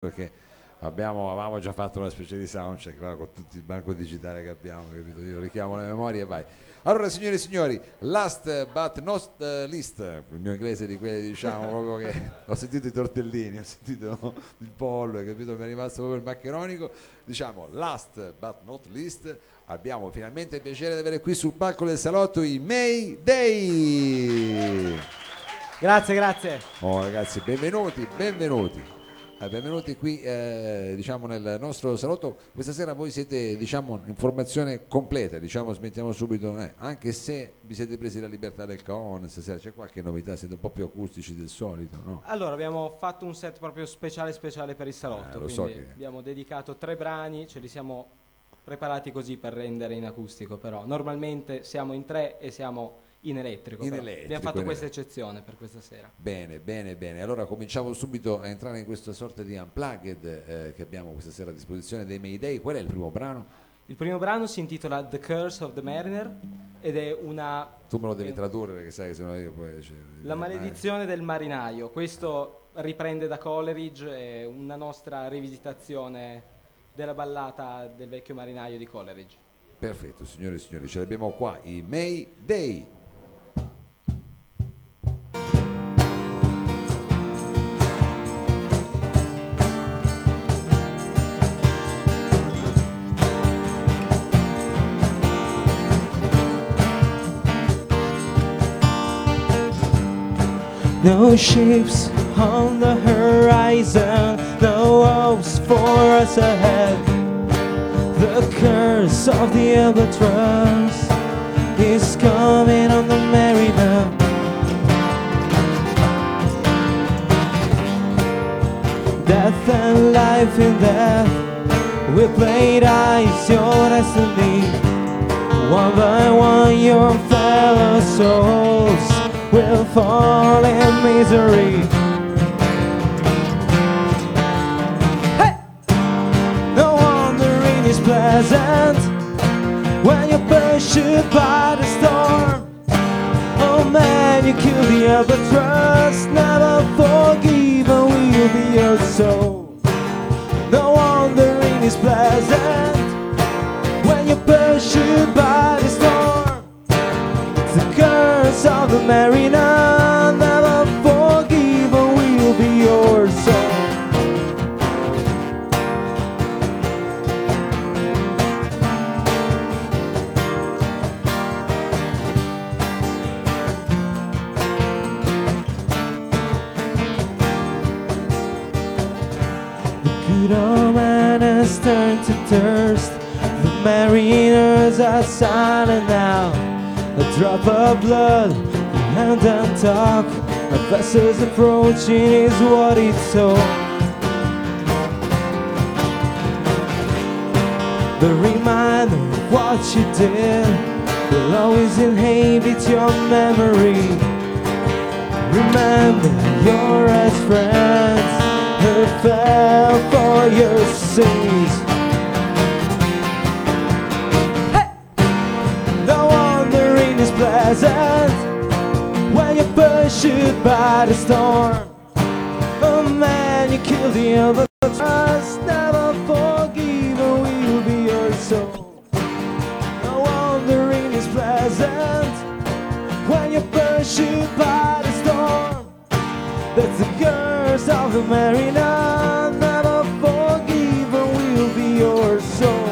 perché avevamo già fatto una specie di soundcheck, no? Con tutto il banco digitale che abbiamo, capito? Io richiamo la memoria e vai. Allora, signore e signori, last but not least, il mio inglese di quelli, diciamo, proprio che ho sentito i tortellini, ho sentito il pollo, hai capito? Mi è rimasto proprio il maccheronico. Diciamo, last but not least, abbiamo finalmente il piacere di avere qui sul palco del salotto i May Day. Grazie, grazie. Oh ragazzi, benvenuti, benvenuti. Benvenuti qui diciamo nel nostro salotto. Questa sera voi siete diciamo in formazione completa, diciamo smettiamo subito, anche se vi siete presi la libertà del caon, stasera c'è qualche novità, siete un po' più acustici del solito, no? Allora, abbiamo fatto un set proprio speciale per il salotto, Lo quindi so che abbiamo dedicato 3 brani, ce li siamo preparati così per rendere in acustico, però normalmente siamo in 3 e siamo in elettrico, in però elettrico. abbiamo fatto questa eccezione per questa sera. Bene, bene, bene. Allora cominciamo subito a entrare in questa sorta di unplugged che abbiamo questa sera a disposizione dei Mayday. Qual è il primo brano? Il primo brano si intitola The Curse of the Mariner ed è una... Tu me lo devi tradurre perché sai che se no io poi... La maledizione del marinaio. Questo riprende da Coleridge, è una nostra rivisitazione della ballata del vecchio marinaio di Coleridge. Perfetto, signore e signori, ce l'abbiamo qua, i Mayday. No ships on the horizon, no hopes for us ahead. The curse of the albatross is coming on the mariner. Death and life in death, we played eyes, your destiny. One by one your fellow souls will fall in misery. Hey! No wandering is pleasant when you're pursued by the storm. Oh man, you kill the albatross, never forgive and will be your soul. No wandering is pleasant when you're pursued by the storm. It's the curse of the mariner, never forgive or will be your soul. The good old man has turned to thirst. The mariners are silent now. A drop of blood, and then talk. A vessel's approaching is what it's told. The reminder of what you did will always inhabit your memory. Remember your best friends who fell for your sins. Pleasant when you're pursued by the storm. Oh man, you kill the albatross, never forgive or will be your soul. No wandering is pleasant when you're pursued by the storm. That's the curse of the mariner, never forgive or will be your soul.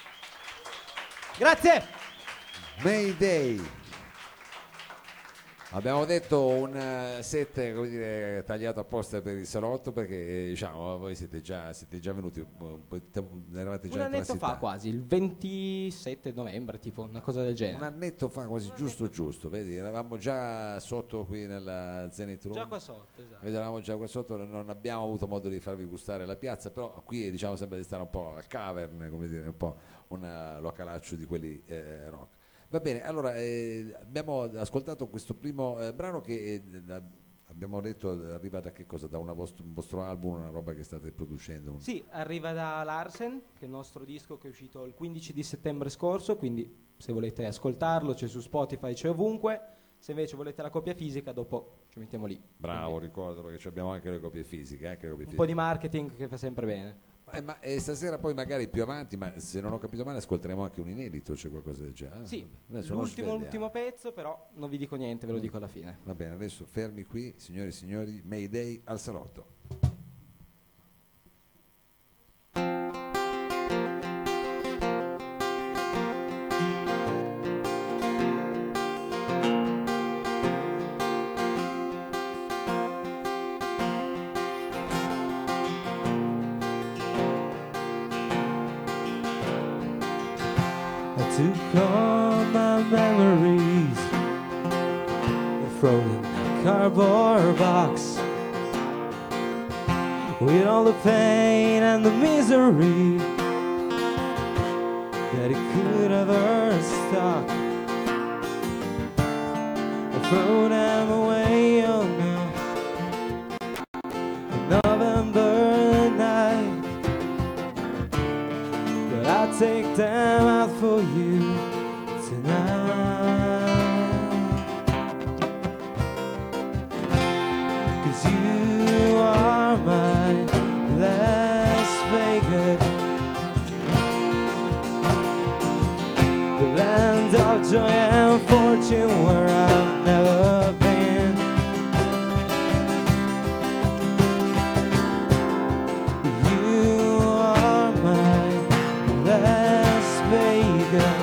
Grazie. Mayday. Abbiamo detto un set, come dire, tagliato apposta per il salotto perché diciamo voi siete già venuti eravate già Un in annetto transità. fa quasi, il 27 novembre, tipo una cosa del Un genere. annetto fa quasi, giusto, vedi, eravamo già sotto qui nella Zenith Room. Già qua sotto, esatto. Eravamo già qua sotto, non abbiamo avuto modo di farvi gustare la piazza, però qui diciamo sempre di stare un po' al cavern, come dire, un po' un localaccio di quelli rock. Va bene, allora abbiamo ascoltato questo primo brano che abbiamo detto arriva da che cosa? Da un vostro album, una roba che state producendo? Sì, arriva da Larsen, che è il nostro disco che è uscito il 15 di settembre scorso, quindi se volete ascoltarlo c'è su Spotify, c'è ovunque. Se invece volete la copia fisica, dopo ci mettiamo lì. Bravo, Quindi ricordalo che abbiamo anche le copie fisiche. Anche le copie un fisiche. po' di marketing che fa sempre bene. Ma stasera poi magari più avanti, ma se non ho capito male ascolteremo anche un inedito, c'è qualcosa del genere. Sì, Adesso non l'ultimo pezzo, però non vi dico niente, ve lo dico alla fine. Va bene, adesso fermi qui, signori e signori, Mayday al salotto. I took all my memories and thrown in a cardboard box with all the pain and the misery that it could ever stock. I throw them away on a November night, but I'll take them out for you tonight. 'Cause you are my Las Vegas, the land of joy and fortune where I've never been. You are my Las Vegas.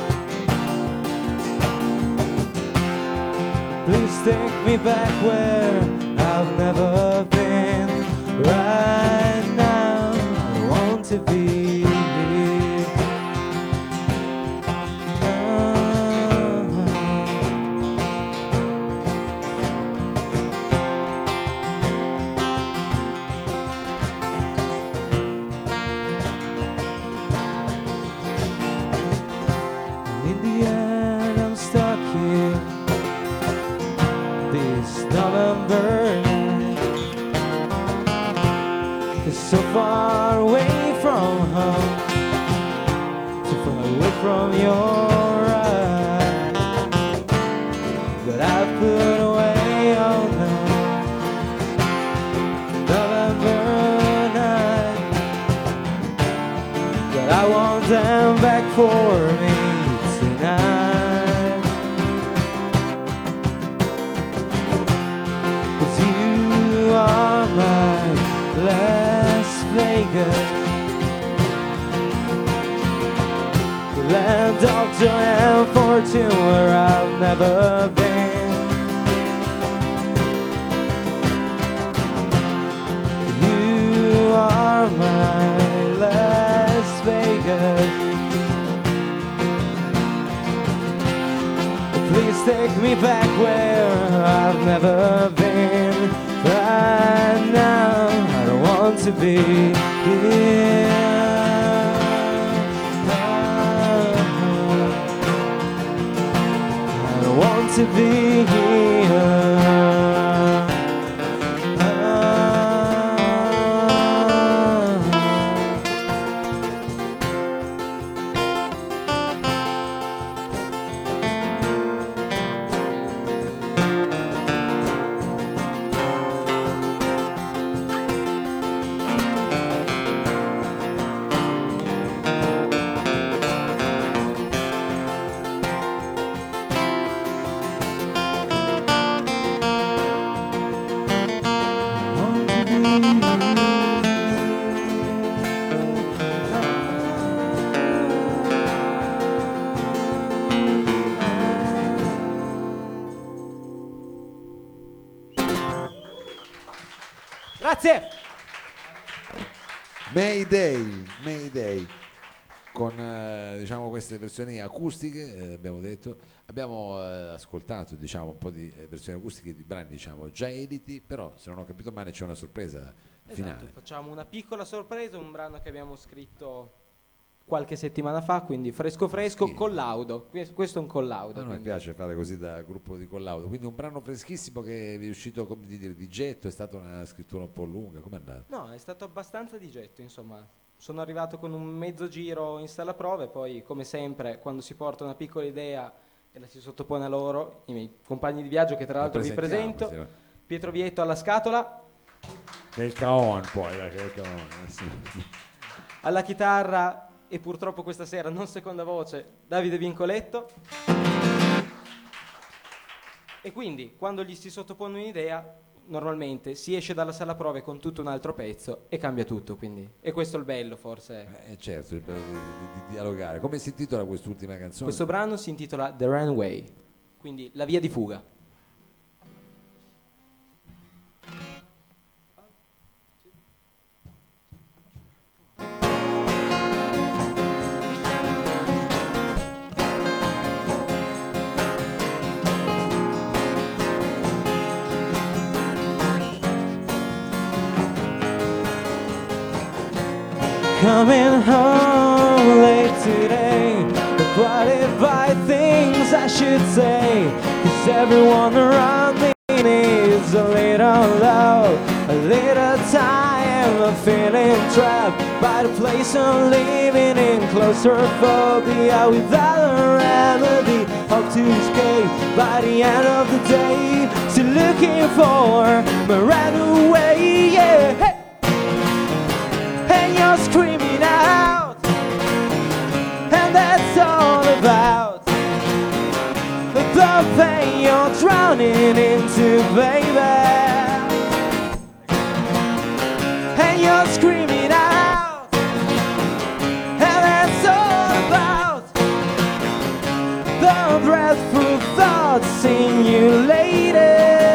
Please take me back where I've never been. Right now, I want to be here. In the end, I'm stuck here this November night. It's so far away from home, so far away from your eyes, that I put away all night. November night, that I want them back for me tonight. 'Cause you are my Las Vegas, the land of joy and fortune where I've never been. You are my Las Vegas. Please take me back where I've never been. Right now, I don't want to be here. I don't want to be here. Grazie. Mayday. Con diciamo queste versioni acustiche abbiamo detto, abbiamo ascoltato diciamo un po' di versioni acustiche di brani diciamo già editi, però se non ho capito male c'è una sorpresa finale. Esatto, facciamo una piccola sorpresa, un brano che abbiamo scritto qualche settimana fa, quindi fresco, Sì. collaudo. Questo è un collaudo. A noi quindi. piace fare così da gruppo di collaudo, quindi un brano freschissimo che vi è uscito come di getto, è stata una scrittura un po' lunga, com'è andata? No, è stato abbastanza di getto, insomma. Sono arrivato con un mezzo giro in sala prove, poi come sempre quando si porta una piccola idea e la si sottopone a loro, i miei compagni di viaggio che tra l'altro vi presento, Sì, Pietro Vietto alla scatola, che è il caon poi, che è il caon, sì. alla chitarra e purtroppo questa sera non seconda voce Davide Vincoletto. E quindi quando gli si sottopone un'idea normalmente si esce dalla sala prove con tutto un altro pezzo e cambia tutto, quindi e questo è il bello forse. Certo, il bello di dialogare. Come si intitola quest'ultima canzone? Questo brano si intitola The Runway, quindi la via di fuga. Coming home late today, the qualified things I should say, 'cause everyone around me needs a little love, a little time. I'm feeling trapped by the place I'm living in, claustrophobia without a remedy. Hope to escape by the end of the day, still looking for my runaway, yeah. Hey! And you're screaming out, and that's all about the pain you're drowning into, baby. And you're screaming out, and that's all about the dreadful thoughts in you, lady.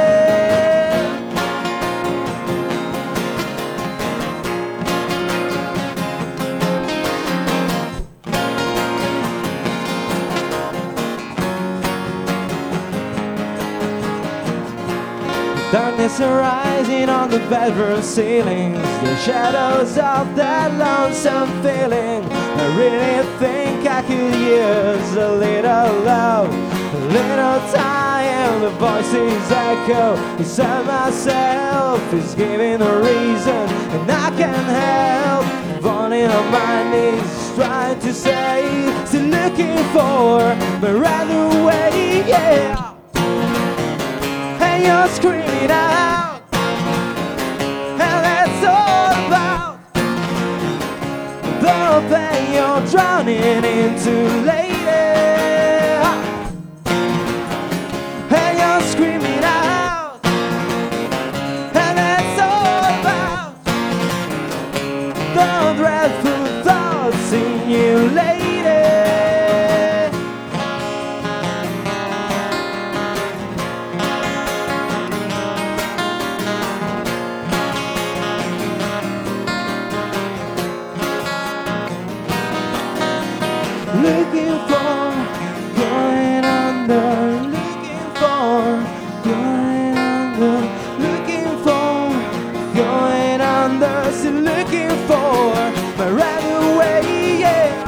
Darkness arising on the bedroom ceilings, the shadows of that lonesome feeling. I really think I could use a little love, a little time. The voices echo inside myself is giving a reason, and I can't help falling on my knees, trying to say, still looking for my right away, yeah. And you're screaming out, and that's all about the pain you're drowning into, lady. And you're screaming out, and that's all about the dreadful thoughts in you, lady. Looking for, going under, looking for, going under, looking for, going under, still looking for my right away, yeah.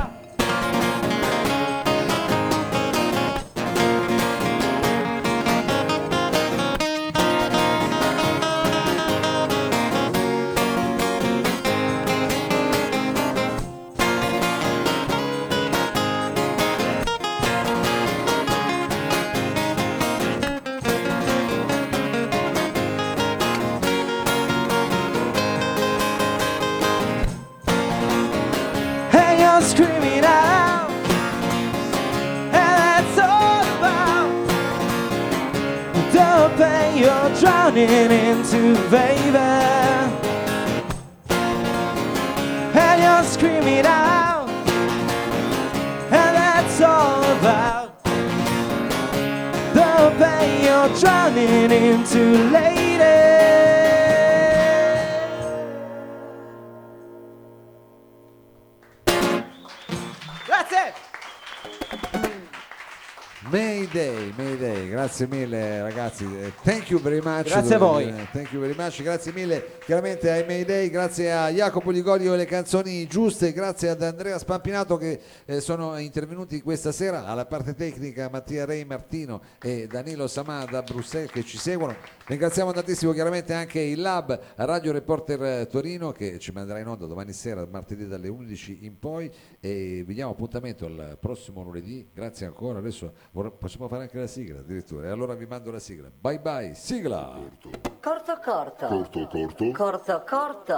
And you're screaming out, and that's all about the pain you're drowning into, baby. And you're screaming out, and that's all about the pain you're drowning into, lady. Mayday, grazie mille ragazzi, thank you very much. Grazie a voi. Thank you very much, grazie mille chiaramente ai Mayday, grazie a Jacopo Ligorio e le canzoni giuste, grazie ad Andrea Spampinato che sono intervenuti questa sera, alla parte tecnica Mattia Rei Martino e Danilo Samà da Bruxelles che ci seguono. Ringraziamo tantissimo chiaramente anche il Lab Radio Reporter Torino che ci manderà in onda domani sera, martedì dalle 11 in poi, e vi diamo appuntamento al prossimo lunedì. Grazie ancora, adesso possiamo fare anche la sigla addirittura, e allora vi mando la sigla. Bye bye, sigla. Corto.